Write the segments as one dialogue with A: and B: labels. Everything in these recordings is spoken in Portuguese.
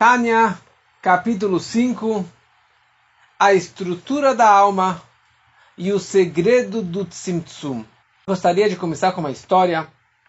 A: Tânia, capítulo 5, a estrutura da alma e o segredo do Tzimtzum. Gostaria de começar com uma história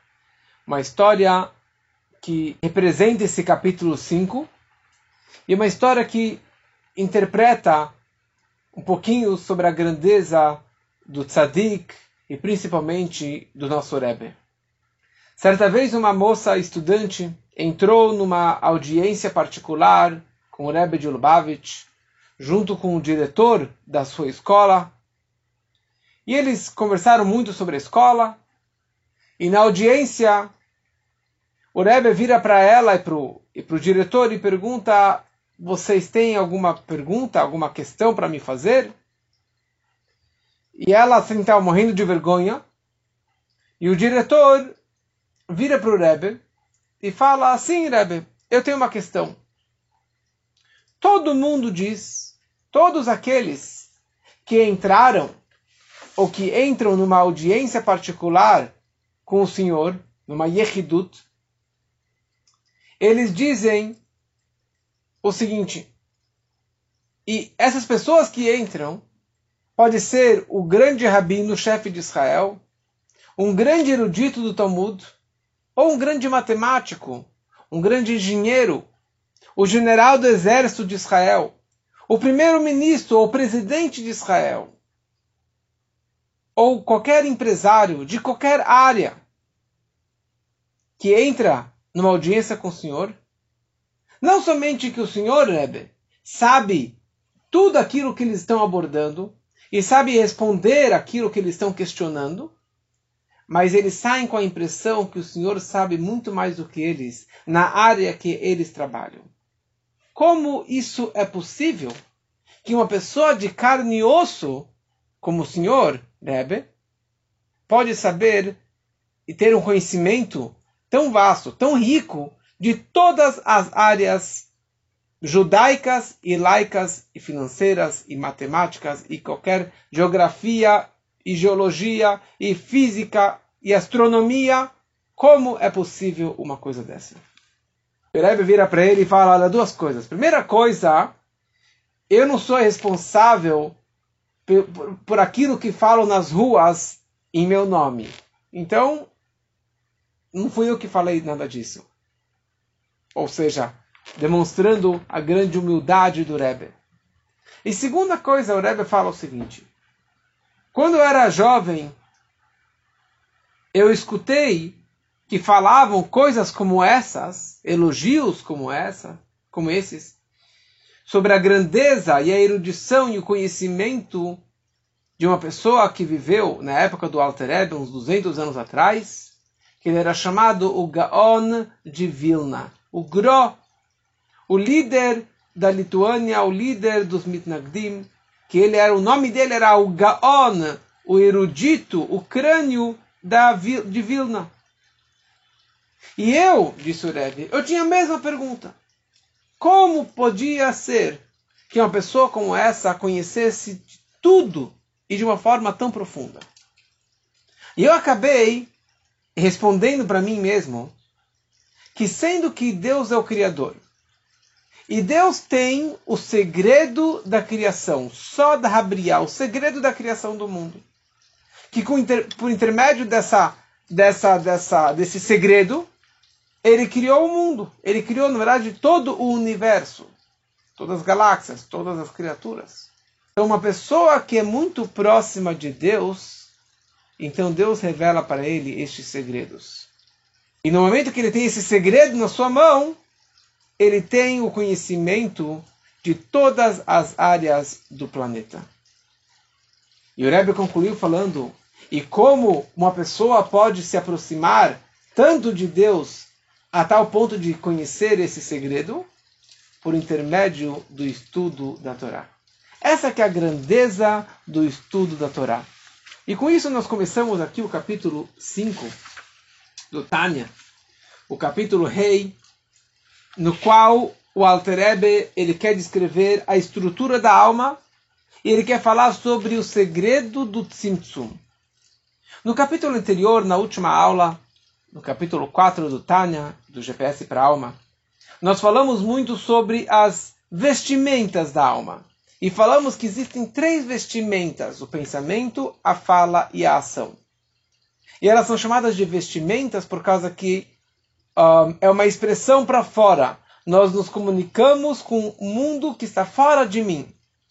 A: que representa esse capítulo 5, e uma história que interpreta um pouquinho sobre a grandeza do Tzadik e principalmente do nosso Rebbe. Certa vez uma moça estudante entrou numa audiência particular com o Rebbe de Lubavitch, junto com o diretor da sua escola, e eles conversaram muito sobre a escola, e na audiência o Rebbe vira para ela e para o diretor e pergunta: vocês têm alguma pergunta, alguma questão para me fazer? E ela assim estava morrendo de vergonha, e o diretor vira para o Rebbe e fala assim: Rebbe, eu tenho uma questão. Todo mundo diz, todos aqueles que entraram ou que entram numa audiência particular com o Senhor, numa Yechidut, eles dizem o seguinte: e essas pessoas que entram, pode ser o grande rabino, chefe de Israel, um grande erudito do Talmud, ou um grande matemático, um grande engenheiro, o general do exército de Israel, o primeiro-ministro ou presidente de Israel, ou qualquer empresário de qualquer área que entra numa audiência com o Senhor, não somente que o Senhor, Rebbe, sabe tudo aquilo que eles estão abordando e sabe responder aquilo que eles estão questionando, mas eles saem com a impressão que o Senhor sabe muito mais do que eles na área que eles trabalham. Como isso é possível que uma pessoa de carne e osso, como o Senhor, Rebbe, pode saber e ter um conhecimento tão vasto, tão rico, de todas as áreas judaicas e laicas e financeiras e matemáticas e qualquer geografia e geologia e física e astronomia? Como é possível uma coisa dessa? O Rebbe vira para ele e fala: olha, duas coisas. Primeira coisa, eu não sou responsável por aquilo que falam nas ruas em meu nome. Então, não fui eu que falei nada disso. Ou seja, demonstrando a grande humildade do Rebbe. E segunda coisa, o Rebbe fala o seguinte: quando eu era jovem, eu escutei que falavam coisas como essas, elogios como esses, sobre a grandeza e a erudição e o conhecimento de uma pessoa que viveu na época do Alter Rebbe, uns 200 anos atrás, que ele era chamado o Gaon de Vilna, o Gro, o líder da Lituânia, o líder dos Mitnagdim, que o nome dele era o Gaon, o erudito, o crânio de Vilna. E eu, disse o Rebbe, eu tinha a mesma pergunta. Como podia ser que uma pessoa como essa conhecesse tudo e de uma forma tão profunda? E eu acabei respondendo para mim mesmo que, sendo que Deus é o Criador, e Deus tem o segredo da criação, só da Habriá, o segredo da criação do mundo, que por intermédio desse segredo, ele criou o mundo. Ele criou, na verdade, todo o universo, todas as galáxias, todas as criaturas. Então, uma pessoa que é muito próxima de Deus, então Deus revela para ele estes segredos. E no momento que ele tem esse segredo na sua mão, ele tem o conhecimento de todas as áreas do planeta. E o Rebbe concluiu falando: e como uma pessoa pode se aproximar tanto de Deus a tal ponto de conhecer esse segredo? Por intermédio do estudo da Torá. Essa que é a grandeza do estudo da Torá. E com isso nós começamos aqui o capítulo 5 do Tânia, o capítulo Rei, no qual o Alter Rebbe ele quer descrever a estrutura da alma e ele quer falar sobre o segredo do Tzimtzum. No capítulo anterior, na última aula, no capítulo 4 do Tânia, do GPS para a Alma, nós falamos muito sobre as vestimentas da alma. E falamos que existem 3 vestimentas: o pensamento, a fala e a ação. E elas são chamadas de vestimentas por causa que é uma expressão para fora. Nós nos comunicamos com o mundo que está fora de mim.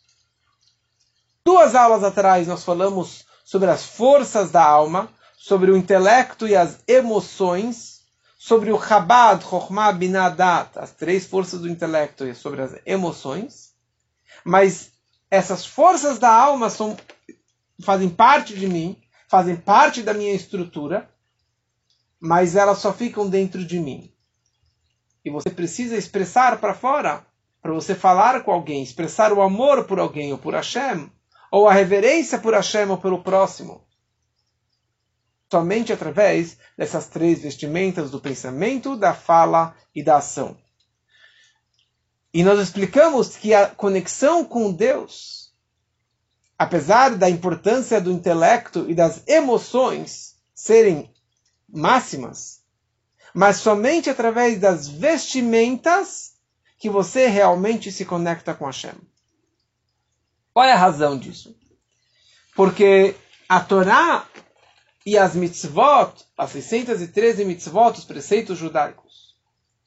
A: 2 aulas atrás nós falamos sobre as forças da alma, sobre o intelecto e as emoções, sobre o Chabad, Chokhmah, Binah, Dat, as 3 forças do intelecto e sobre as emoções. Mas essas forças da alma fazem parte de mim, fazem parte da minha estrutura, mas elas só ficam dentro de mim. E você precisa expressar para fora, para você falar com alguém, expressar o amor por alguém ou por Hashem, ou a reverência por Hashem ou pelo próximo. Somente através dessas 3 vestimentas do pensamento, da fala e da ação. E nós explicamos que a conexão com Deus, apesar da importância do intelecto e das emoções serem máximas, mas somente através das vestimentas que você realmente se conecta com Hashem. Qual é a razão disso? Porque a Torá e as mitzvot, as 613 mitzvot, os preceitos judaicos,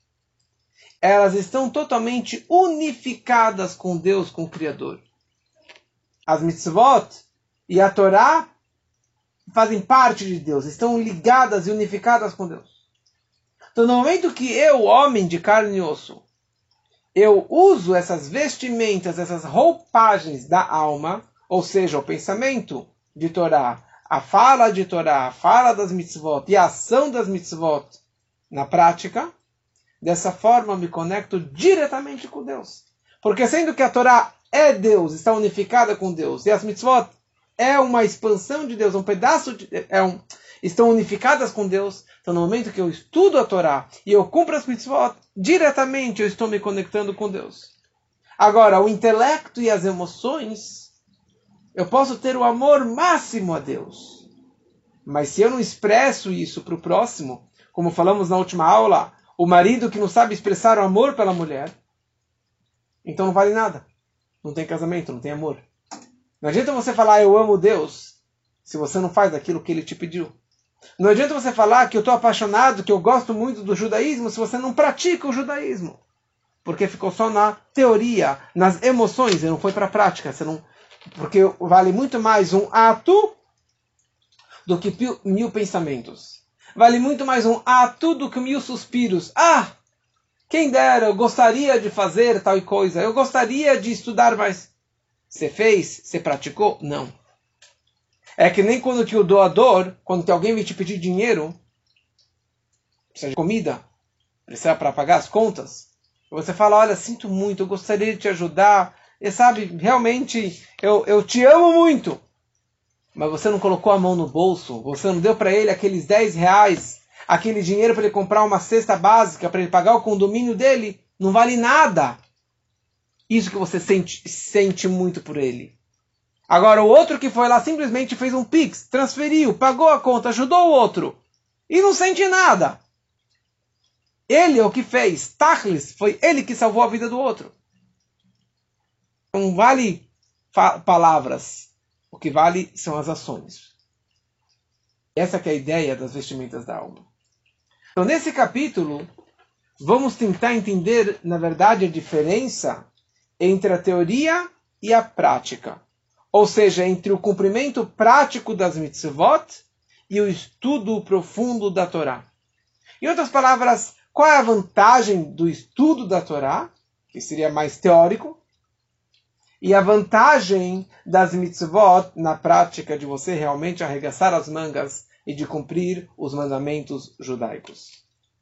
A: elas estão totalmente unificadas com Deus, com o Criador. As mitzvot e a Torá fazem parte de Deus, estão ligadas e unificadas com Deus. Então, no momento que eu, homem de carne e osso, eu uso essas vestimentas, essas roupagens da alma, ou seja, o pensamento de Torá, a fala de Torá, a fala das mitzvot e a ação das mitzvot na prática, dessa forma eu me conecto diretamente com Deus. Porque sendo que a Torá é Deus, está unificada com Deus, e as mitzvot é uma expansão de Deus, um pedaço estão unificadas com Deus. Então, no momento que eu estudo a Torá e eu cumpro as mitzvot, diretamente eu estou me conectando com Deus. Agora, o intelecto e as emoções, eu posso ter o amor máximo a Deus. Mas se eu não expresso isso para o próximo, como falamos na última aula, o marido que não sabe expressar o amor pela mulher, então não vale nada. Não tem casamento, não tem amor. Não adianta você falar, eu amo Deus, se você não faz aquilo que Ele te pediu. Não adianta você falar que eu estou apaixonado, que eu gosto muito do judaísmo, se você não pratica o judaísmo. Porque ficou só na teoria, nas emoções, e não foi para a prática. Porque vale muito mais um ato do que 1000 pensamentos. Vale muito mais um ato do que 1000 suspiros. Ah, quem dera, eu gostaria de fazer tal coisa, eu gostaria de estudar mais. Você fez? Você praticou? Não. É que nem quando que o doador, quando alguém vem te pedir dinheiro, precisa de comida, precisa para pagar as contas, você fala, olha, sinto muito, eu gostaria de te ajudar, e sabe, realmente, eu te amo muito. Mas você não colocou a mão no bolso, você não deu para ele aqueles 10 reais, aquele dinheiro para ele comprar uma cesta básica, para ele pagar o condomínio dele, não vale nada. Isso que você sente muito por ele. Agora, o outro que foi lá simplesmente fez um pix, transferiu, pagou a conta, ajudou o outro. E não sente nada. Ele é o que fez. Tachlis, foi ele que salvou a vida do outro. Não vale palavras. O que vale são as ações. Essa que é a ideia das vestimentas da alma. Então, nesse capítulo, vamos tentar entender, na verdade, a diferença entre a teoria e a prática. Ou seja, entre o cumprimento prático das mitzvot e o estudo profundo da Torá. Em outras palavras, qual é a vantagem do estudo da Torá, que seria mais teórico, e a vantagem das mitzvot na prática de você realmente arregaçar as mangas e de cumprir os mandamentos judaicos.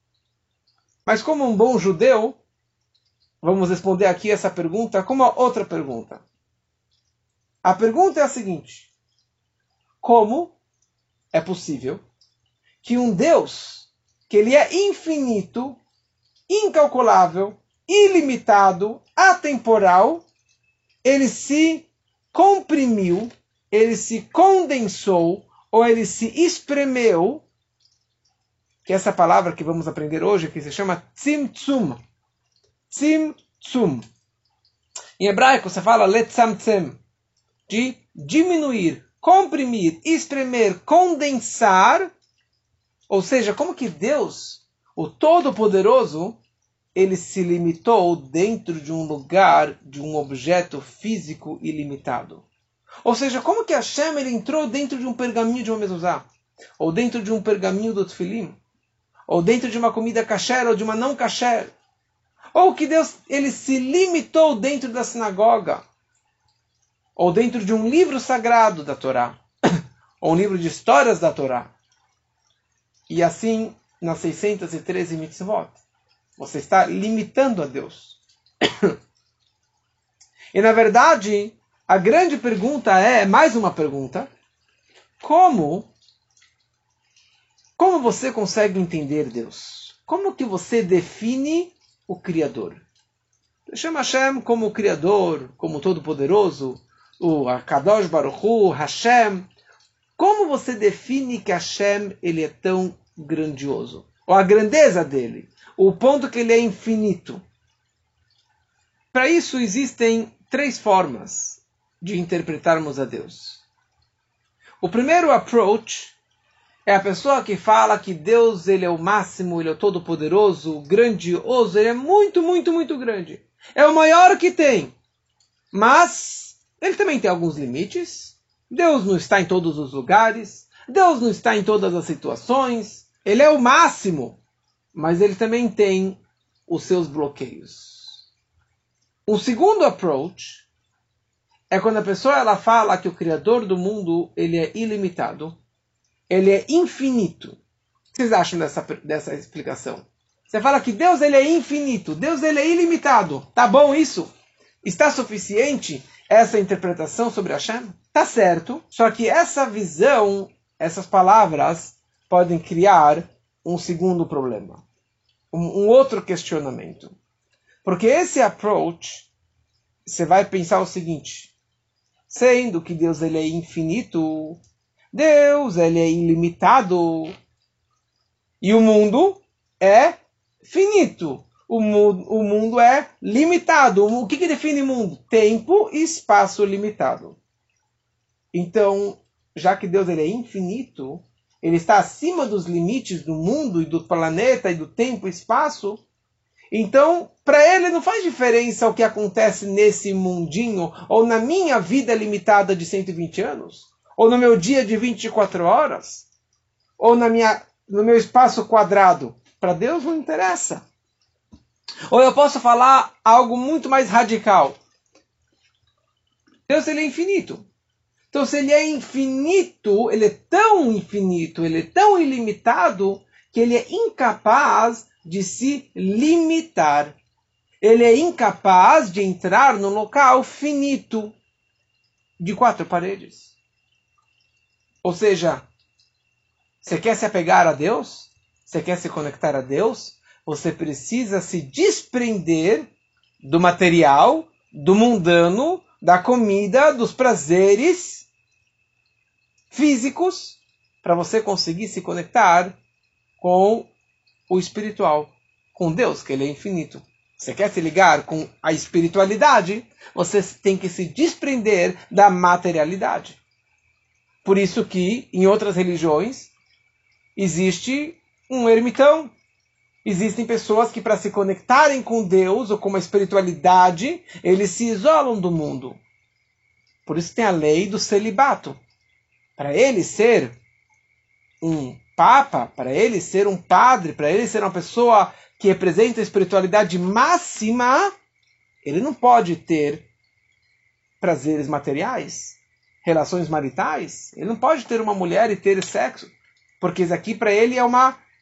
A: Mas como um bom judeu, vamos responder aqui essa pergunta como a outra pergunta. A pergunta é a seguinte: como é possível que um Deus, que ele é infinito, incalculável, ilimitado, atemporal, ele se comprimiu, ele se condensou, ou ele se espremeu, que é essa palavra que vamos aprender hoje, que se chama tzimtzum, tzimtzum. Em hebraico você fala letzamtzem, de diminuir, comprimir, espremer, condensar. Ou seja, como que Deus, o Todo-Poderoso, ele se limitou dentro de um lugar, de um objeto físico ilimitado. Ou seja, como que Hashem ele entrou dentro de um pergaminho de uma mezuzá? Ou dentro de um pergaminho do tefilim? Ou dentro de uma comida kasher ou de uma não kasher? Ou que Deus ele se limitou dentro da sinagoga? Ou dentro de um livro sagrado da Torá? Ou um livro de histórias da Torá? E assim, nas 613 mitzvot, você está limitando a Deus. E na verdade, a grande pergunta é, mais uma pergunta, como você consegue entender Deus? Como que você define o Criador? Chama Hashem como o Criador, como Todo-Poderoso, o Akadosh Baruch Hu, Hashem. Como você define que Hashem ele é tão grandioso? Ou a grandeza dele? O ponto que ele é infinito? Para isso existem 3 formas de interpretarmos a Deus. O primeiro approach é a pessoa que fala que Deus ele é o máximo, ele é o todo-poderoso, grandioso, ele é muito, muito, muito grande. É o maior que tem. Mas ele também tem alguns limites. Deus não está em todos os lugares. Deus não está em todas as situações. Ele é o máximo. Mas ele também tem os seus bloqueios. Um segundo approach é quando a pessoa ela fala que o Criador do mundo ele é ilimitado. Ele é infinito. O que vocês acham dessa explicação? Você fala que Deus ele é infinito. Deus ele é ilimitado. Tá bom isso? Está suficiente essa interpretação sobre Hashem? Tá certo. Só que essa visão, essas palavras, podem criar um segundo problema. Um outro questionamento. Porque esse approach, você vai pensar o seguinte. Sendo que Deus ele é infinito, Deus ele é ilimitado, e o mundo é finito. O mundo é limitado. O que define mundo? Tempo e espaço limitado. Então, já que Deus ele é infinito, ele está acima dos limites do mundo e do planeta e do tempo e espaço. Então, para ele não faz diferença o que acontece nesse mundinho, ou na minha vida limitada de 120 anos, ou no meu dia de 24 horas, ou no meu espaço quadrado. Para Deus não interessa. Ou eu posso falar algo muito mais radical. Deus ele é infinito. Então, se ele é infinito, ele é tão infinito, ele é tão ilimitado, que ele é incapaz de se limitar. Ele é incapaz de entrar no local finito de 4 paredes. Ou seja, você quer se apegar a Deus? Você quer se conectar a Deus? Você precisa se desprender do material, do mundano, da comida, dos prazeres físicos, para você conseguir se conectar com o espiritual, com Deus, que ele é infinito. Você quer se ligar com a espiritualidade, você tem que se desprender da materialidade. Por isso que, em outras religiões, existe um ermitão. Existem pessoas que, para se conectarem com Deus ou com a espiritualidade, eles se isolam do mundo. Por isso tem a lei do celibato. Para ele ser um papa, para ele ser um padre, para ele ser uma pessoa que representa a espiritualidade máxima, ele não pode ter prazeres materiais, relações maritais. Ele não pode ter uma mulher e ter sexo, porque isso aqui para ele é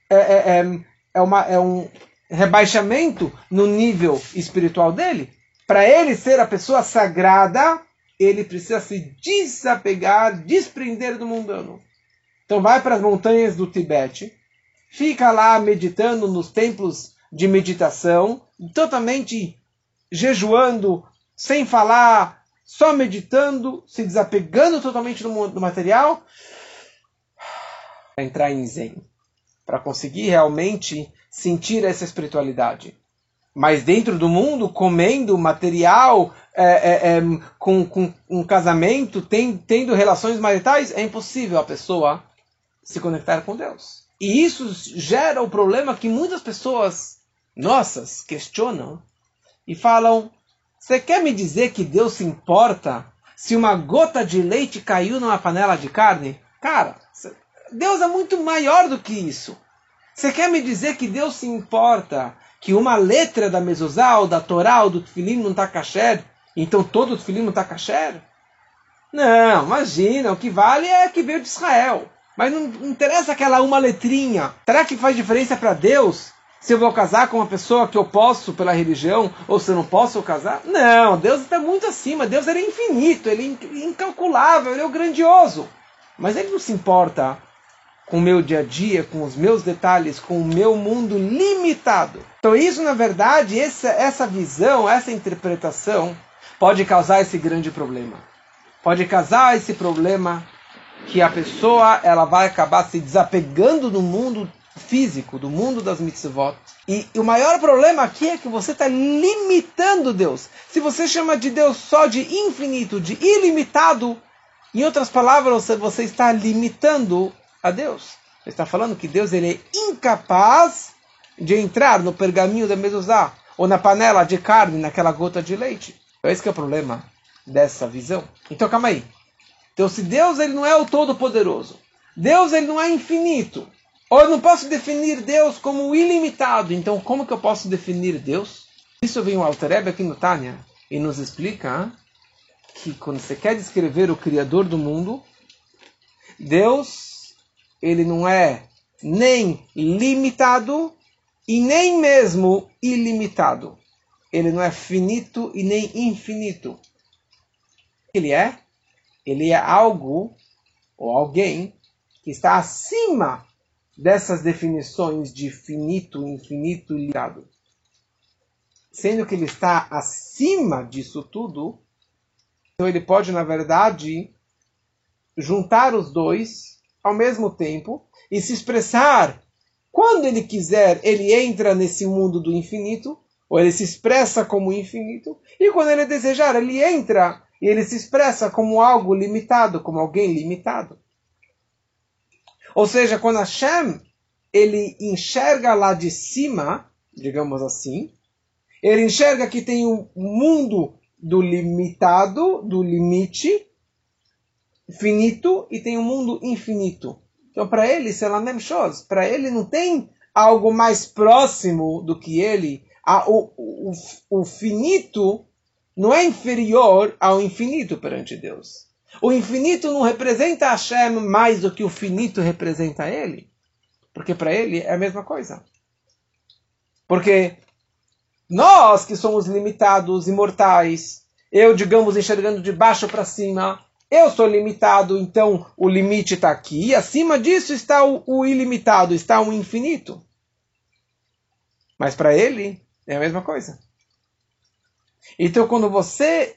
A: um rebaixamento no nível espiritual dele. Para ele ser a pessoa sagrada, ele precisa se desapegar, desprender do mundano. Então vai para as montanhas do Tibete, fica lá meditando nos templos de meditação, totalmente jejuando, sem falar, só meditando, se desapegando totalmente do material, para entrar em Zen, para conseguir realmente sentir essa espiritualidade. Mas dentro do mundo, comendo material, com um casamento, tendo relações maritais, é impossível a pessoa se conectar com Deus. E isso gera o problema que muitas pessoas nossas questionam e falam: você quer me dizer que Deus se importa se uma gota de leite caiu numa panela de carne? Cara, Deus é muito maior do que isso. Você quer me dizer que Deus se importa que uma letra da mezuzá, ou da Torá, ou do tefilim não está kasher, então todo o tefilim não está kasher? Não, imagina, o que vale é que veio de Israel. Mas não interessa aquela uma letrinha. Será que faz diferença para Deus se eu vou casar com uma pessoa que eu posso pela religião, ou se eu não posso casar? Não, Deus está muito acima. Deus ele é infinito, ele é incalculável, ele é o grandioso. Mas ele não se importa com o meu dia a dia, com os meus detalhes, com o meu mundo limitado. Então isso, na verdade, essa visão, essa interpretação, pode causar esse grande problema. Pode causar esse problema que a pessoa ela vai acabar se desapegando do mundo físico, do mundo das mitzvot. E o maior problema aqui é que você está limitando Deus. Se você chama de Deus só de infinito, de ilimitado, em outras palavras, você está limitando a Deus. Você está falando que Deus ele é incapaz de entrar no pergaminho da mezuzá, ou na panela de carne, naquela gota de leite. Então esse que é o problema dessa visão. Então calma aí. Então se Deus ele não é o Todo-Poderoso, Deus ele não é infinito, ou eu não posso definir Deus como ilimitado, então como que eu posso definir Deus? Isso vem o Alter Rebbe aqui no Tânia e nos explica que quando você quer descrever o Criador do mundo, Deus ele não é nem limitado e nem mesmo ilimitado. Ele não é finito e nem infinito. Ele é algo ou alguém que está acima dessas definições de finito, infinito e limitado. Sendo que ele está acima disso tudo, então ele pode, na verdade, juntar os dois ao mesmo tempo e se expressar. Quando ele quiser, ele entra nesse mundo do infinito, ou ele se expressa como infinito, e quando ele desejar, ele entra e ele se expressa como algo limitado, como alguém limitado. Ou seja, quando Hashem ele enxerga lá de cima, digamos assim, ele enxerga que tem um mundo do limitado, do limite, finito, e tem um mundo infinito. Então, para ele, c'est la même chose. Para ele, não tem algo mais próximo do que ele. O finito não é inferior ao infinito perante Deus. O infinito não representa Hashem mais do que o finito representa ele. Porque para ele é a mesma coisa. Porque nós que somos limitados, imortais, eu, digamos, enxergando de baixo para cima, eu sou limitado, então o limite está aqui. E acima disso está o ilimitado, está o infinito. Mas para ele é a mesma coisa. Então quando você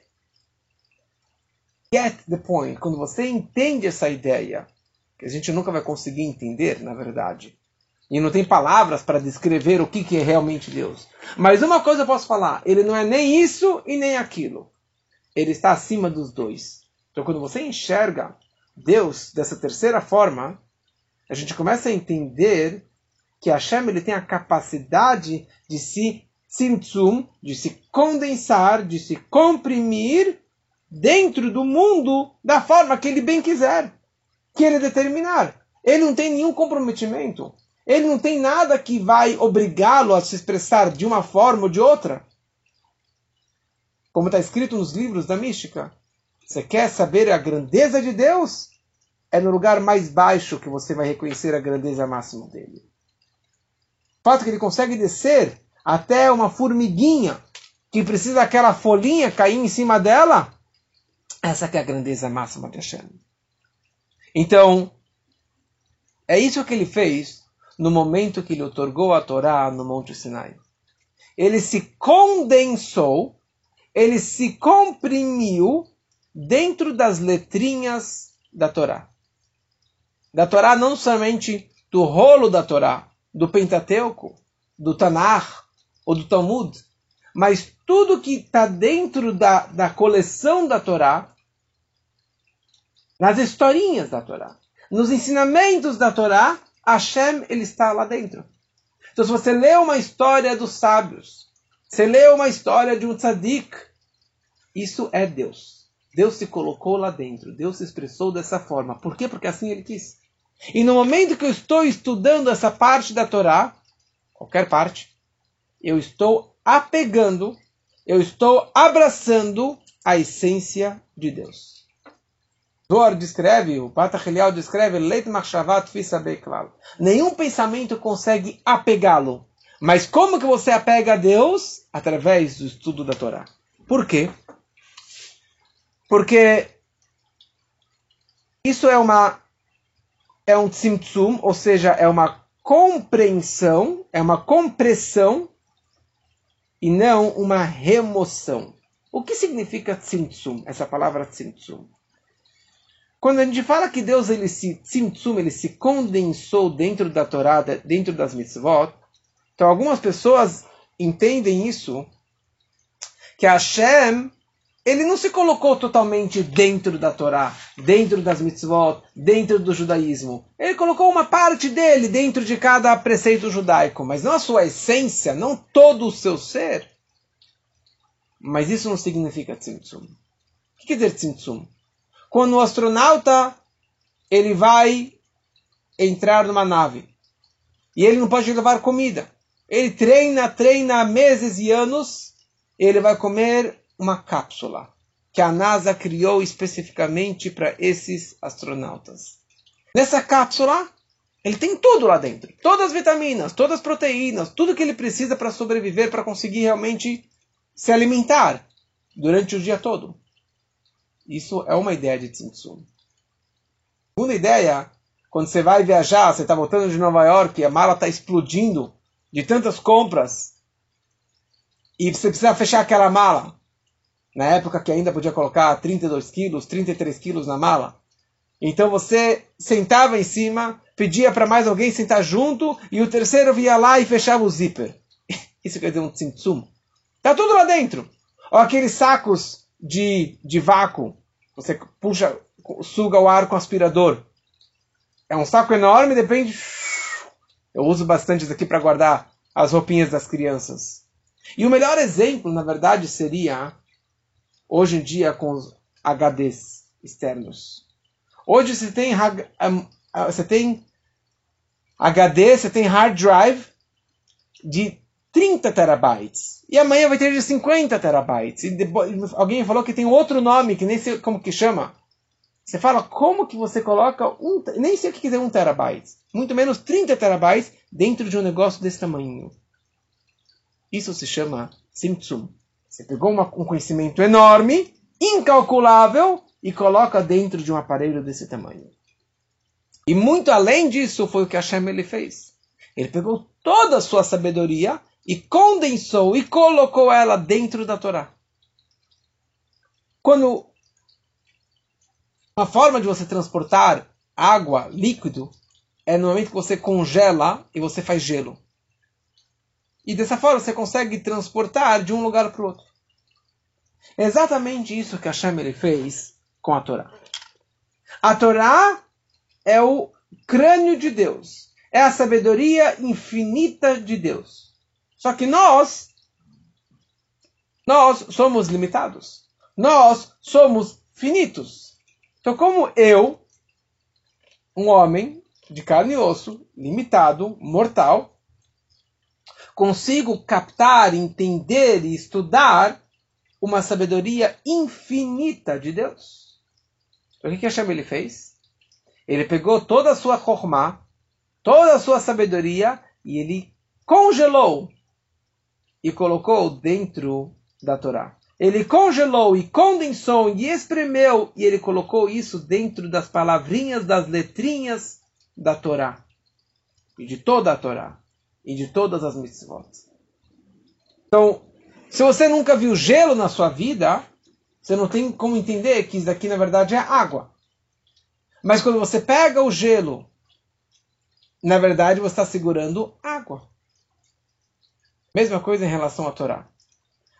A: get the point, quando você entende essa ideia, que a gente nunca vai conseguir entender, na verdade, e não tem palavras para descrever o que é realmente Deus. Mas uma coisa eu posso falar, ele não é nem isso e nem aquilo. Ele está acima dos dois. Então quando você enxerga Deus dessa terceira forma, a gente começa a entender que Hashem ele tem a capacidade de se tzimtzum, de se condensar, de se comprimir dentro do mundo da forma que ele bem quiser, que ele determinar. Ele não tem nenhum comprometimento. Ele não tem nada que vai obrigá-lo a se expressar de uma forma ou de outra. Como está escrito nos livros da mística. Você quer saber a grandeza de Deus? É no lugar mais baixo que você vai reconhecer a grandeza máxima dele. O fato que ele consegue descer até uma formiguinha que precisa daquela folhinha cair em cima dela, essa que é a grandeza máxima de Hashem. Então, é isso que ele fez no momento que ele otorgou a Torá no Monte Sinai. Ele se condensou, ele se comprimiu dentro das letrinhas da Torá. Da Torá, não somente do rolo da Torá, do Pentateuco, do Tanakh ou do Talmud, mas tudo que está dentro da coleção da Torá, nas historinhas da Torá, nos ensinamentos da Torá, Hashem, ele está lá dentro. Então, se você lê uma história dos sábios, você lê uma história de um tzadik, isso é Deus. Deus se colocou lá dentro. Deus se expressou dessa forma. Por quê? Porque assim ele quis. E no momento que eu estou estudando essa parte da Torá, qualquer parte, eu estou apegando, eu estou abraçando a essência de Deus. Zohar descreve, o Patach Eliyahu descreve, Leit machshavat tfisa beklal. Nenhum pensamento consegue apegá-lo. Mas como que você apega a Deus? Através do estudo da Torá. Por quê? Porque isso é um tzimtzum, ou seja, é uma compreensão, é uma compressão e não uma remoção. O que significa tzimtzum, essa palavra tzimtzum? Quando a gente fala que Deus ele se condensou dentro da Torá, dentro das mitzvot, então algumas pessoas entendem isso, que Hashem, ele não se colocou totalmente dentro da Torá, dentro das mitzvot, dentro do judaísmo. Ele colocou uma parte dele dentro de cada preceito judaico, mas não a sua essência, não todo o seu ser. Mas isso não significa tzimtzum. O que quer dizer tzimtzum? Quando o astronauta ele vai entrar numa nave e ele não pode levar comida, ele treina meses e anos, ele vai comer uma cápsula que a NASA criou especificamente para esses astronautas. Nessa cápsula, ele tem tudo lá dentro. Todas as vitaminas, todas as proteínas, tudo que ele precisa para sobreviver, para conseguir realmente se alimentar durante o dia todo. Isso é uma ideia de tzimtzum. Segunda ideia, quando você vai viajar, você está voltando de Nova York e a mala está explodindo de tantas compras e você precisa fechar aquela mala. Na época que ainda podia colocar 32 quilos, 33 quilos na mala. Então você sentava em cima, pedia para mais alguém sentar junto e o terceiro vinha lá e fechava o zíper. Isso quer dizer um tzimtzum. Está tudo lá dentro. Ou aqueles sacos de vácuo. Você puxa, suga o ar com aspirador. É um saco enorme, depende. Eu uso bastante isso aqui para guardar as roupinhas das crianças. E o melhor exemplo, na verdade, seria hoje em dia com os HDs externos. Hoje você tem HD, você tem hard drive de 30 terabytes. E amanhã vai ter de 50 terabytes. E depois, alguém falou que tem outro nome, que nem sei como que chama. Você fala, como que você coloca nem sei o que é 1 terabyte. Muito menos 30 terabytes dentro de um negócio desse tamanho. Isso se chama tzimtzum. Você pegou um conhecimento enorme, incalculável, e coloca dentro de um aparelho desse tamanho. E muito além disso foi o que Hashem ele fez. Ele pegou toda a sua sabedoria e condensou e colocou ela dentro da Torá. Quando uma forma de você transportar água, líquido, é no momento que você congela e você faz gelo. E dessa forma você consegue transportar de um lugar para o outro. É exatamente isso que Hashem ele fez com a Torá. A Torá é o crânio de Deus. É a sabedoria infinita de Deus. Só que nós somos limitados. Nós somos finitos. Então como eu, um homem de carne e osso, limitado, mortal, consigo captar, entender e estudar uma sabedoria infinita de Deus. Então, o que Hashem ele fez? Ele pegou toda a sua chokmah, toda a sua sabedoria, e ele congelou e colocou dentro da Torá. Ele congelou e condensou e espremeu, e ele colocou isso dentro das palavrinhas, das letrinhas da Torá. E de toda a Torá. E de todas as mitzvot. Então, se você nunca viu gelo na sua vida, você não tem como entender que isso daqui na verdade é água. Mas quando você pega o gelo, na verdade você está segurando água. Mesma coisa em relação à Torá.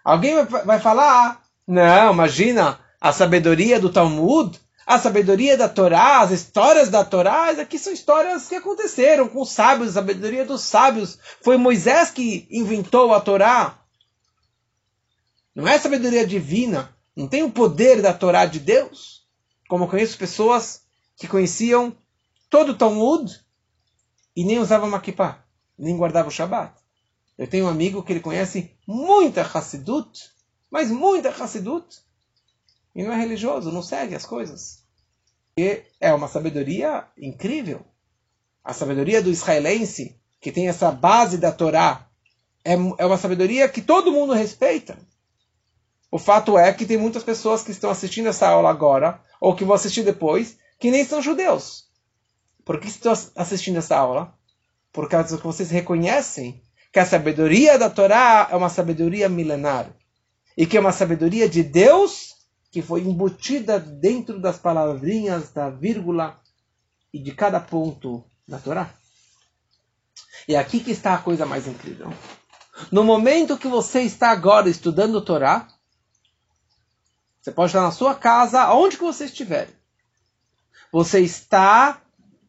A: Alguém vai falar, não, imagina, a sabedoria do Talmud, a sabedoria da Torá, as histórias da Torá, aqui são histórias que aconteceram com os sábios, a sabedoria dos sábios. Foi Moisés que inventou a Torá. Não é sabedoria divina, não tem o poder da Torá de Deus. Como eu conheço pessoas que conheciam todo o Talmud e nem usavam uma kippah, nem guardavam o Shabbat. Eu tenho um amigo que ele conhece muita Hassidut, mas muita Hassidut, e não é religioso, não segue as coisas. E é uma sabedoria incrível. A sabedoria do israelense, que tem essa base da Torá, é uma sabedoria que todo mundo respeita. O fato é que tem muitas pessoas que estão assistindo essa aula agora, ou que vão assistir depois, que nem são judeus. Por que estão assistindo essa aula? Por causa que vocês reconhecem que a sabedoria da Torá é uma sabedoria milenar. E que é uma sabedoria de Deus que foi embutida dentro das palavrinhas, da vírgula e de cada ponto da Torá. E aqui que está a coisa mais incrível. No momento que você está agora estudando Torá, você pode estar na sua casa, aonde que você estiver. Você está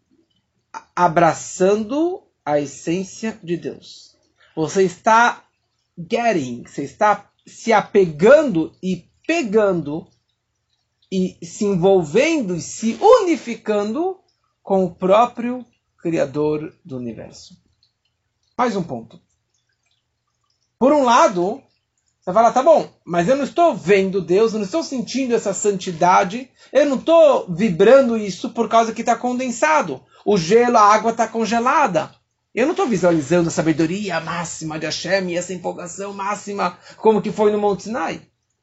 A: abraçando a essência de Deus. Você está você está se apegando e pegando e se envolvendo e se unificando com o próprio Criador do Universo. Mais um ponto. Por um lado, você fala, tá bom, mas eu não estou vendo Deus, eu não estou sentindo essa santidade, eu não estou vibrando isso por causa que está condensado. O gelo, a água está congelada. Eu não estou visualizando a sabedoria máxima de Hashem e essa empolgação máxima como que foi no Monte Sinai.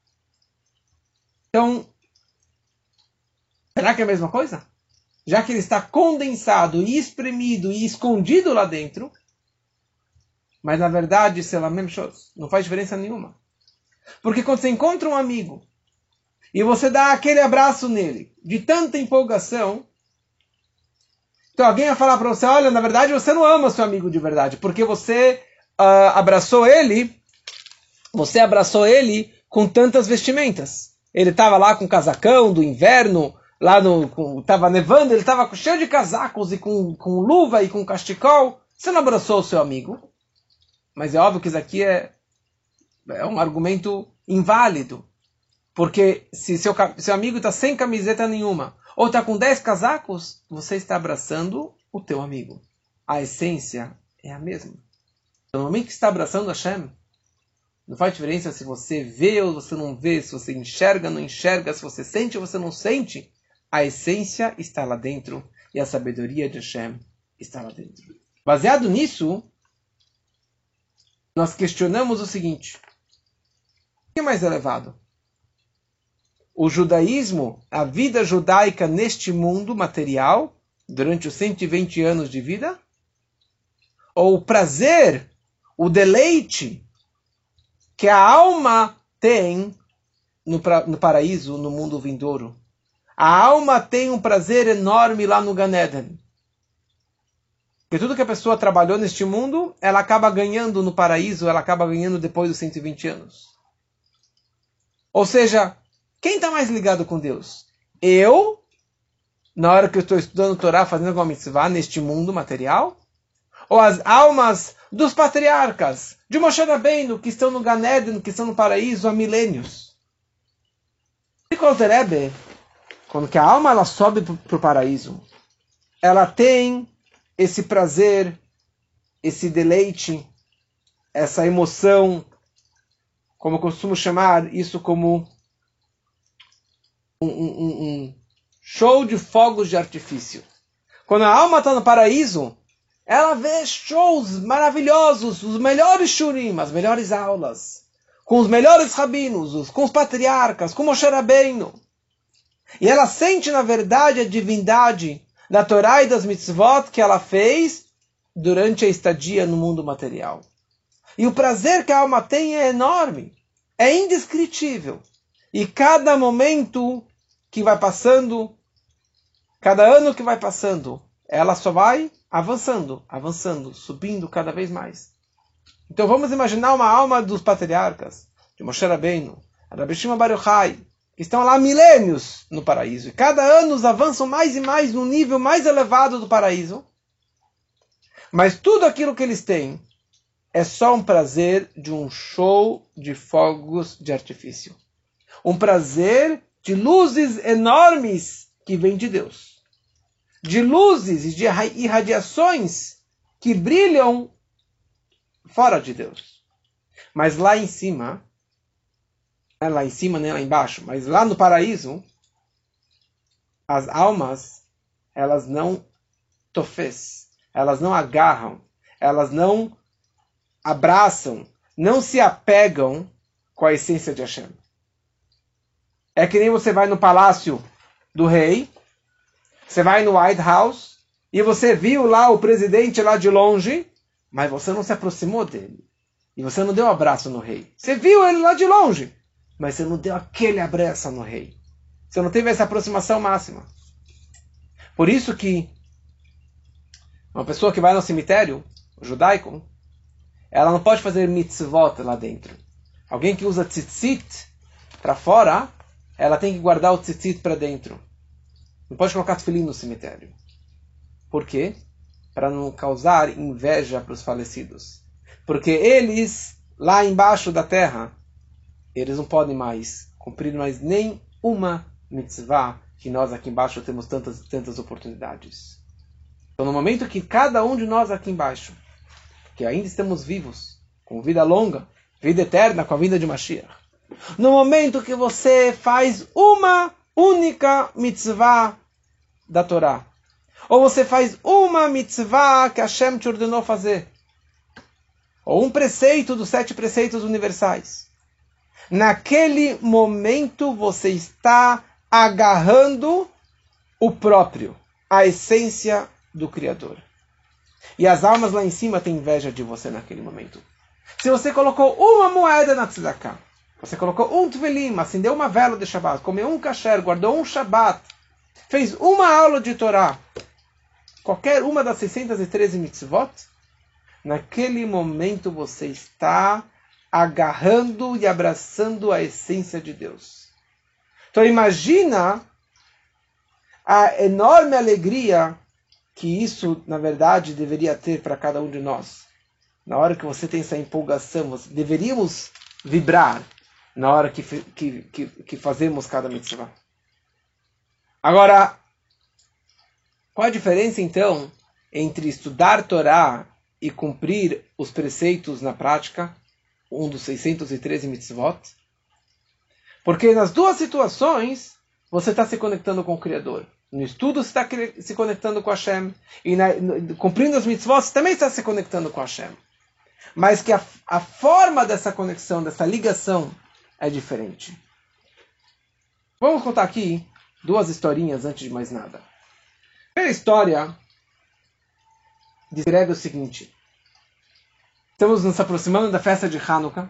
A: Então, será que é a mesma coisa? Já que ele está condensado e espremido e escondido lá dentro, mas na verdade, não faz diferença nenhuma. Porque quando você encontra um amigo e você dá aquele abraço nele, de tanta empolgação, então alguém vai falar para você, olha, na verdade você não ama seu amigo de verdade, porque você abraçou ele com tantas vestimentas. Ele estava lá com casacão do inverno, estava nevando, ele estava cheio de casacos e com luva e com cachecol. Você não abraçou o seu amigo? Mas é óbvio que isso aqui é um argumento inválido. Porque se seu amigo está sem camiseta nenhuma, ou está com 10 casacos, você está abraçando o teu amigo. A essência é a mesma. No momento que você está abraçando Hashem, não faz diferença se você vê ou você não vê, se você enxerga ou não enxerga, se você sente ou você não sente. A essência está lá dentro e a sabedoria de Hashem está lá dentro. Baseado nisso, nós questionamos o seguinte: o que é mais elevado? O judaísmo, a vida judaica neste mundo material, durante os 120 anos de vida? Ou o prazer, o deleite que a alma tem no paraíso, no mundo vindouro? A alma tem um prazer enorme lá no Gan Eden. Porque tudo que a pessoa trabalhou neste mundo, ela acaba ganhando no paraíso, ela acaba ganhando depois dos 120 anos. Ou seja, quem está mais ligado com Deus? Eu, na hora que eu estou estudando Torá, fazendo alguma mitzvah neste mundo material? Ou as almas dos patriarcas, de Moshe Rabbeinu, que estão no Gan Eden, que estão no paraíso há milênios? E quando que a alma ela sobe para o paraíso, ela tem esse prazer, esse deleite, essa emoção, como eu costumo chamar isso como um show de fogos de artifício. Quando a alma está no paraíso, ela vê shows maravilhosos, os melhores shurim, as melhores aulas, com os melhores rabinos, com os patriarcas, com Moshe Rabbeinu. E ela sente, na verdade, a divindade da Torá e das mitzvot que ela fez durante a estadia no mundo material. E o prazer que a alma tem é enorme, é indescritível. E cada momento que vai passando, cada ano que vai passando, ela só vai avançando, subindo cada vez mais. Então vamos imaginar uma alma dos patriarcas, de Moshe Rabbeinu, Rabbi Shimon Bar Yochai, que estão lá há milênios no paraíso, e cada ano avançam mais e mais no nível mais elevado do paraíso, mas tudo aquilo que eles têm é só um prazer de um show de fogos de artifício. Um prazer de luzes enormes que vêm de Deus. De luzes e de irradiações que brilham fora de Deus. Mas lá em cima, não é lá em cima nem lá embaixo, mas lá no paraíso, as almas, elas não tofes, elas não agarram, elas não abraçam, não se apegam com a essência de Hashem. É que nem você vai no palácio do rei, você vai no White House, e você viu lá o presidente lá de longe, mas você não se aproximou dele. E você não deu um abraço no rei. Você viu ele lá de longe, mas você não deu aquele abraço no rei. Você não teve essa aproximação máxima. Por isso que uma pessoa que vai no cemitério judaico, ela não pode fazer mitzvot lá dentro. Alguém que usa tzitzit para fora, ela tem que guardar o tzitzit para dentro. Não pode colocar tefilim no cemitério. Por quê? Para não causar inveja para os falecidos. Porque eles, lá embaixo da terra, eles não podem mais cumprir mais nem uma mitzvah que nós aqui embaixo temos tantas oportunidades. Então, no momento que cada um de nós aqui embaixo, que ainda estamos vivos, com vida longa, vida eterna, com a vinda de Mashiach, no momento que você faz uma única mitzvah da Torá, ou você faz uma mitzvah que Hashem te ordenou fazer, ou um preceito dos 7 preceitos universais, naquele momento você está agarrando o próprio, a essência do Criador. E as almas lá em cima têm inveja de você naquele momento. Se você colocou uma moeda na tzedakah, você colocou um tefilim, acendeu uma vela de Shabbat, comeu um kasher, guardou um Shabbat, fez uma aula de Torá, qualquer uma das 613 mitzvot, naquele momento você está agarrando e abraçando a essência de Deus. Então imagina a enorme alegria que isso, na verdade, deveria ter para cada um de nós. Na hora que você tem essa empolgação, deveríamos vibrar na hora que fazemos cada mitzvah. Agora, qual a diferença, então, entre estudar Torá e cumprir os preceitos na prática, um dos 613 mitzvot? Porque nas duas situações, você está se conectando com o Criador. No estudo você está se conectando com Hashem. E cumprindo as mitzvot, você também está se conectando com Hashem. Mas que a forma dessa conexão, dessa ligação, é diferente. Vamos contar aqui 2 historinhas antes de mais nada. A primeira história descreve o seguinte. Estamos nos aproximando da festa de Hanukkah.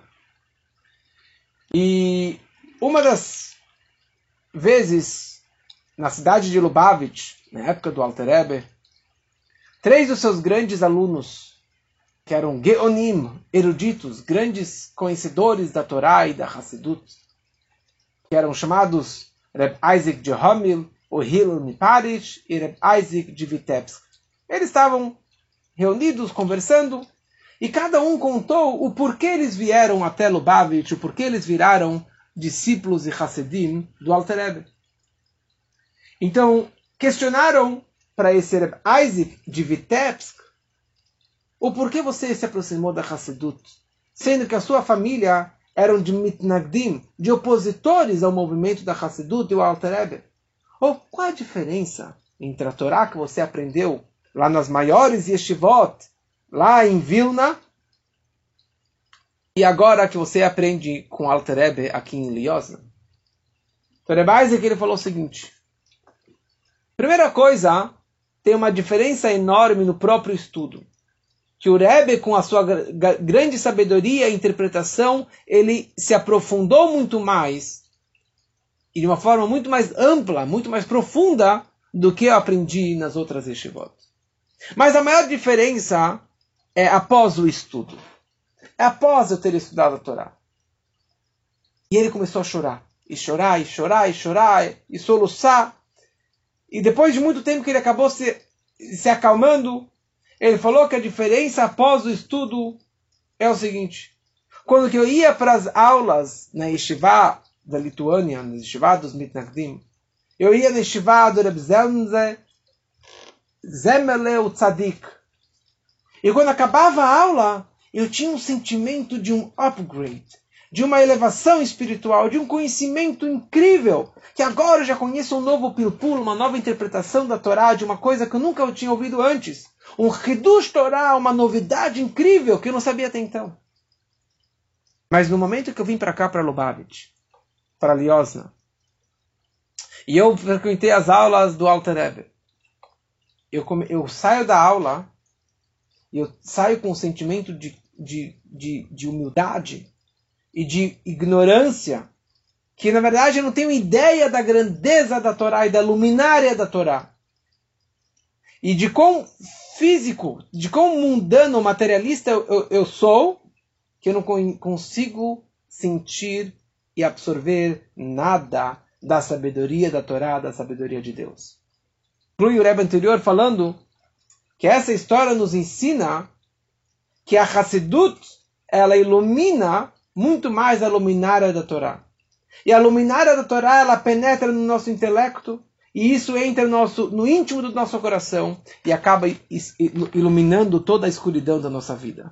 A: E uma das vezes, na cidade de Lubavitch, na época do Alter Rebbe, 3 dos seus grandes alunos, que eram Geonim, eruditos, grandes conhecedores da Torá e da Hassidut, que eram chamados Reb Isaac de Homil, o Hillel Miparish e Reb Isaac de Vitebsk. Eles estavam reunidos, conversando, e cada um contou o porquê eles vieram até Lubavitch, o porquê eles viraram discípulos e Hassidim do Alter Rebbe. Então, questionaram para esse Reb Isaac de Vitebsk o porquê você se aproximou da Hassidut, sendo que a sua família eram de mitnagdim, de opositores ao movimento da Hassidut e o Alter Rebbe. Ou qual a diferença entre a Torá que você aprendeu lá nas maiores yeshivot, lá em Vilna, e agora que você aprende com o Alter Rebbe aqui em Liozna? Então, Reb Isaac, ele falou o seguinte. Primeira coisa, tem uma diferença enorme no próprio estudo. Que o Rebbe, com a sua grande sabedoria e interpretação, ele se aprofundou muito mais, e de uma forma muito mais ampla, muito mais profunda, do que eu aprendi nas outras yeshivot. Mas a maior diferença é após o estudo. É após eu ter estudado a Torá. E ele começou a chorar. E chorar, e chorar, e chorar, e soluçar. E depois de muito tempo que ele acabou se acalmando, ele falou que a diferença após o estudo é o seguinte. Quando que eu ia para as aulas na Yeshiva da Lituânia, na Yeshiva dos Mitnagdim, eu ia na Yeshiva do Reb Zemeleu Tzadik. E quando acabava a aula, eu tinha um sentimento de um upgrade, de uma elevação espiritual, de um conhecimento incrível, que agora eu já conheço um novo pilpul, uma nova interpretação da Torá, de uma coisa que eu nunca tinha ouvido antes. Um Hidush Torá, uma novidade incrível que eu não sabia até então. Mas no momento que eu vim para cá, para Lubavitch, para Liosna, e eu frequentei as aulas do Alter Rebbe, eu saio da aula, e eu saio com um sentimento de humildade e de ignorância, que na verdade eu não tenho ideia da grandeza da Torá e da luminária da Torá. E de quão físico, de quão mundano, materialista eu sou, que eu não consigo sentir e absorver nada da sabedoria da Torá, da sabedoria de Deus. Inclui o Rebbe anterior falando que essa história nos ensina que a Hassidut, ela ilumina muito mais a luminária da Torá. E a luminária da Torá, ela penetra no nosso intelecto, e isso entra no íntimo do nosso coração, e acaba iluminando toda a escuridão da nossa vida.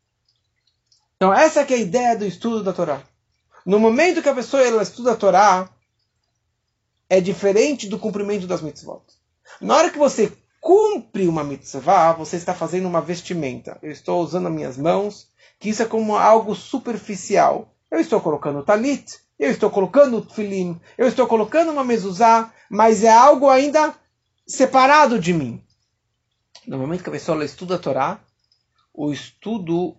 A: Então essa que é a ideia do estudo da Torá. No momento que a pessoa ela estuda a Torá, é diferente do cumprimento das mitzvot. Na hora que você cumpre uma mitzvah, você está fazendo uma vestimenta. Eu estou usando as minhas mãos, que isso é como algo superficial. Eu estou colocando talit, eu estou colocando tfilim, eu estou colocando uma mezuzá, mas é algo ainda separado de mim. No momento que a pessoa estuda a Torá, o estudo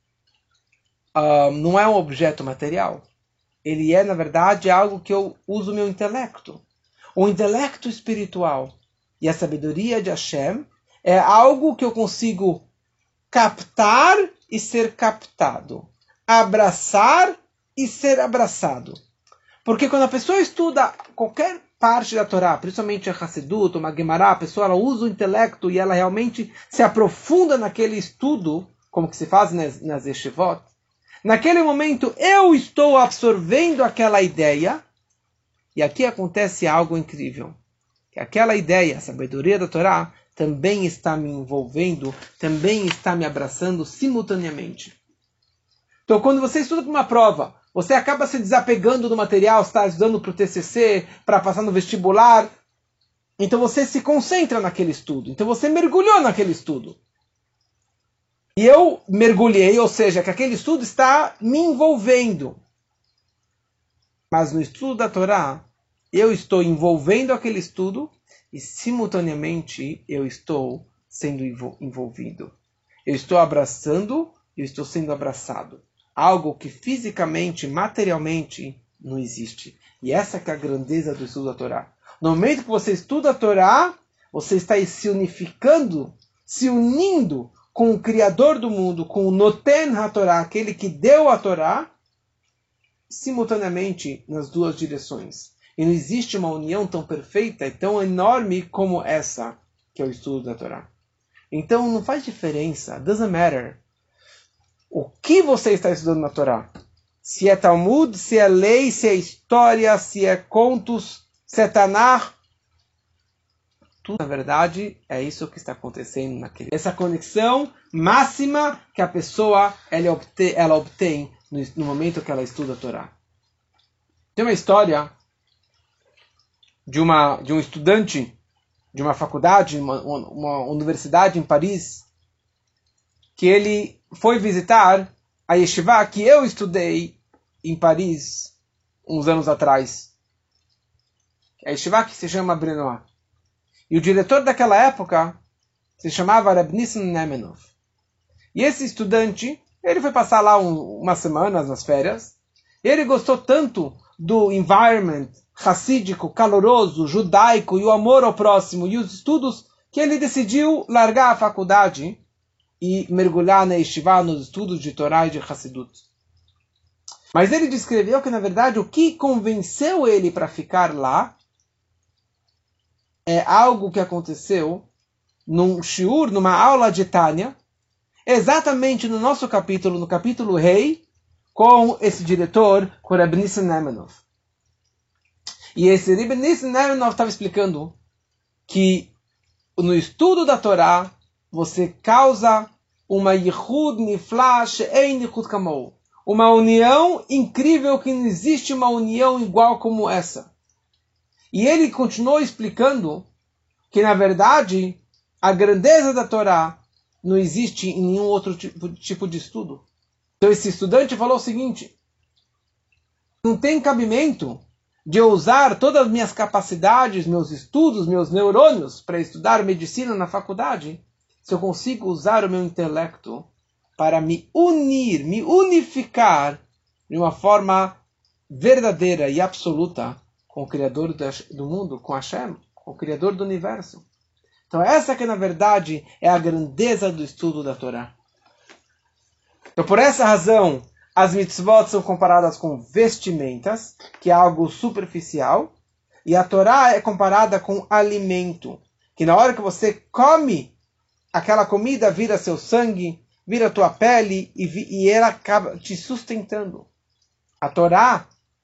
A: não é um objeto material. Ele é, na verdade, algo que eu uso o meu intelecto. O intelecto espiritual. E a sabedoria de Hashem é algo que eu consigo captar e ser captado. Abraçar e ser abraçado. Porque quando a pessoa estuda qualquer parte da Torá, principalmente a Hassidut, uma Gemara, a pessoa ela usa o intelecto e ela realmente se aprofunda naquele estudo, como que se faz nas yeshivot. Naquele momento eu estou absorvendo aquela ideia e aqui acontece algo incrível. Que aquela ideia, a sabedoria da Torá, também está me envolvendo, também está me abraçando simultaneamente. Então, quando você estuda para uma prova, você acaba se desapegando do material, está estudando para o TCC, para passar no vestibular. Então, você se concentra naquele estudo. Então, você mergulhou naquele estudo. E eu mergulhei, ou seja, que aquele estudo está me envolvendo. Mas no estudo da Torá, eu estou envolvendo aquele estudo e, simultaneamente, eu estou sendo envolvido. Eu estou abraçando e eu estou sendo abraçado. Algo que fisicamente, materialmente, não existe. E essa que é a grandeza do estudo da Torá. No momento que você estuda a Torá, você está se unificando, se unindo com o Criador do mundo, com o Noten HaTorá, aquele que deu a Torá, simultaneamente nas duas direções. E não existe uma união tão perfeita e tão enorme como essa, que é o estudo da Torá. Então não faz diferença, doesn't matter, o que você está estudando na Torá. Se é Talmud, se é lei, se é história, se é contos, se é Tanakh. Tudo, na verdade, é isso que está acontecendo naquele. Essa conexão máxima que a pessoa ela obtém no momento que ela estuda a Torá. Tem uma história de um estudante de uma faculdade, uma universidade em Paris, que ele foi visitar a yeshiva que eu estudei em Paris uns anos atrás. A yeshiva que se chama Brenois. E o diretor daquela época se chamava Reb Nissim Nemenov. E esse estudante, ele foi passar lá umas semanas nas férias. E ele gostou tanto do environment racídico, caloroso, judaico e o amor ao próximo e os estudos, que ele decidiu largar a faculdade e mergulhar na yeshiva, nos estudos de Torá e de Hassidut. Mas ele descreveu que, na verdade, o que convenceu ele para ficar lá é algo que aconteceu num shiur, numa aula de Tânia, exatamente no nosso capítulo, no capítulo Rei, com esse diretor, com Reb Nissen Nemenov. E esse Reb Nissen Nemenov estava explicando que no estudo da Torá, você causa uma yichud nifla she'ein yichud kamou. Uma união incrível que não existe uma união igual como essa. E ele continuou explicando que, na verdade, a grandeza da Torá não existe em nenhum outro tipo de estudo. Então esse estudante falou o seguinte: não tem cabimento de eu usar todas as minhas capacidades, meus estudos, meus neurônios para estudar medicina na faculdade, se eu consigo usar o meu intelecto para me unir, me unificar de uma forma verdadeira e absoluta com o Criador do mundo, com Hashem, com o Criador do universo. Então essa que na verdade é a grandeza do estudo da Torá. Então por essa razão, as mitzvot são comparadas com vestimentas, que é algo superficial, e a Torá é comparada com alimento, que na hora que você come, aquela comida vira seu sangue, vira tua pele, e ela acaba te sustentando. A Torá,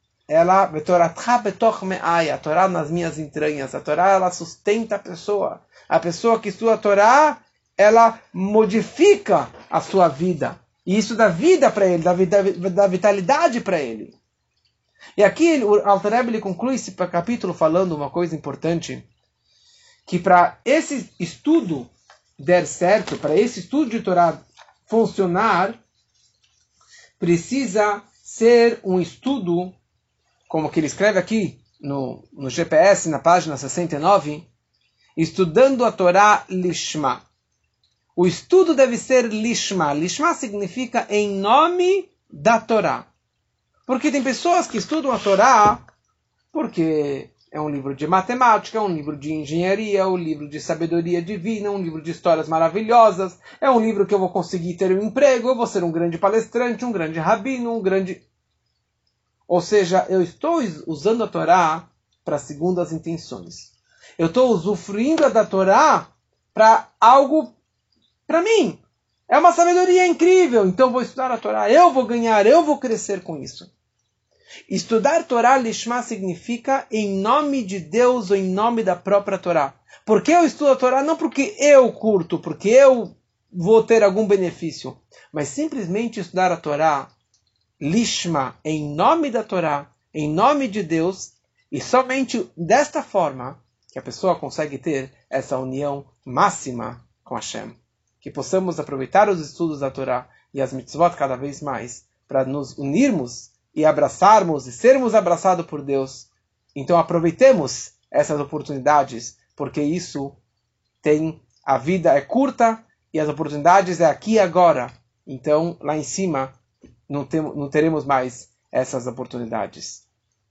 A: a Torá nas minhas entranhas, a Torá ela sustenta a pessoa. A pessoa que estuda a Torá, ela modifica a sua vida. E isso dá vida para ele, dá vitalidade para ele. E aqui o Alter Rebbe conclui esse capítulo falando uma coisa importante, que para esse estudo der certo, para esse estudo de Torá funcionar, precisa ser um estudo, como que ele escreve aqui no GPS, na página 69, estudando a Torá Lishma. O estudo deve ser Lishma. Lishma significa em nome da Torá. Porque tem pessoas que estudam a Torá porque é um livro de matemática, um livro de engenharia, um livro de sabedoria divina, um livro de histórias maravilhosas, é um livro que eu vou conseguir ter um emprego, eu vou ser um grande palestrante, um grande rabino, Ou seja, eu estou usando a Torá para segundas intenções. Eu estou usufruindo da Torá para algo para mim. É uma sabedoria incrível, então eu vou estudar a Torá, eu vou ganhar, eu vou crescer com isso. Estudar Torá Lishma significa em nome de Deus ou em nome da própria Torá. Por que eu estudo a Torá? Não porque eu curto, porque eu vou ter algum benefício, mas simplesmente estudar a Torá Lishma, em nome da Torá, em nome de Deus, e somente desta forma que a pessoa consegue ter essa união máxima com Hashem. Que possamos aproveitar os estudos da Torá e as mitzvot cada vez mais para nos unirmos e abraçarmos e sermos abraçados por Deus. Então aproveitemos essas oportunidades, porque a vida é curta e as oportunidades é aqui e agora. Então lá em cima não teremos mais essas oportunidades.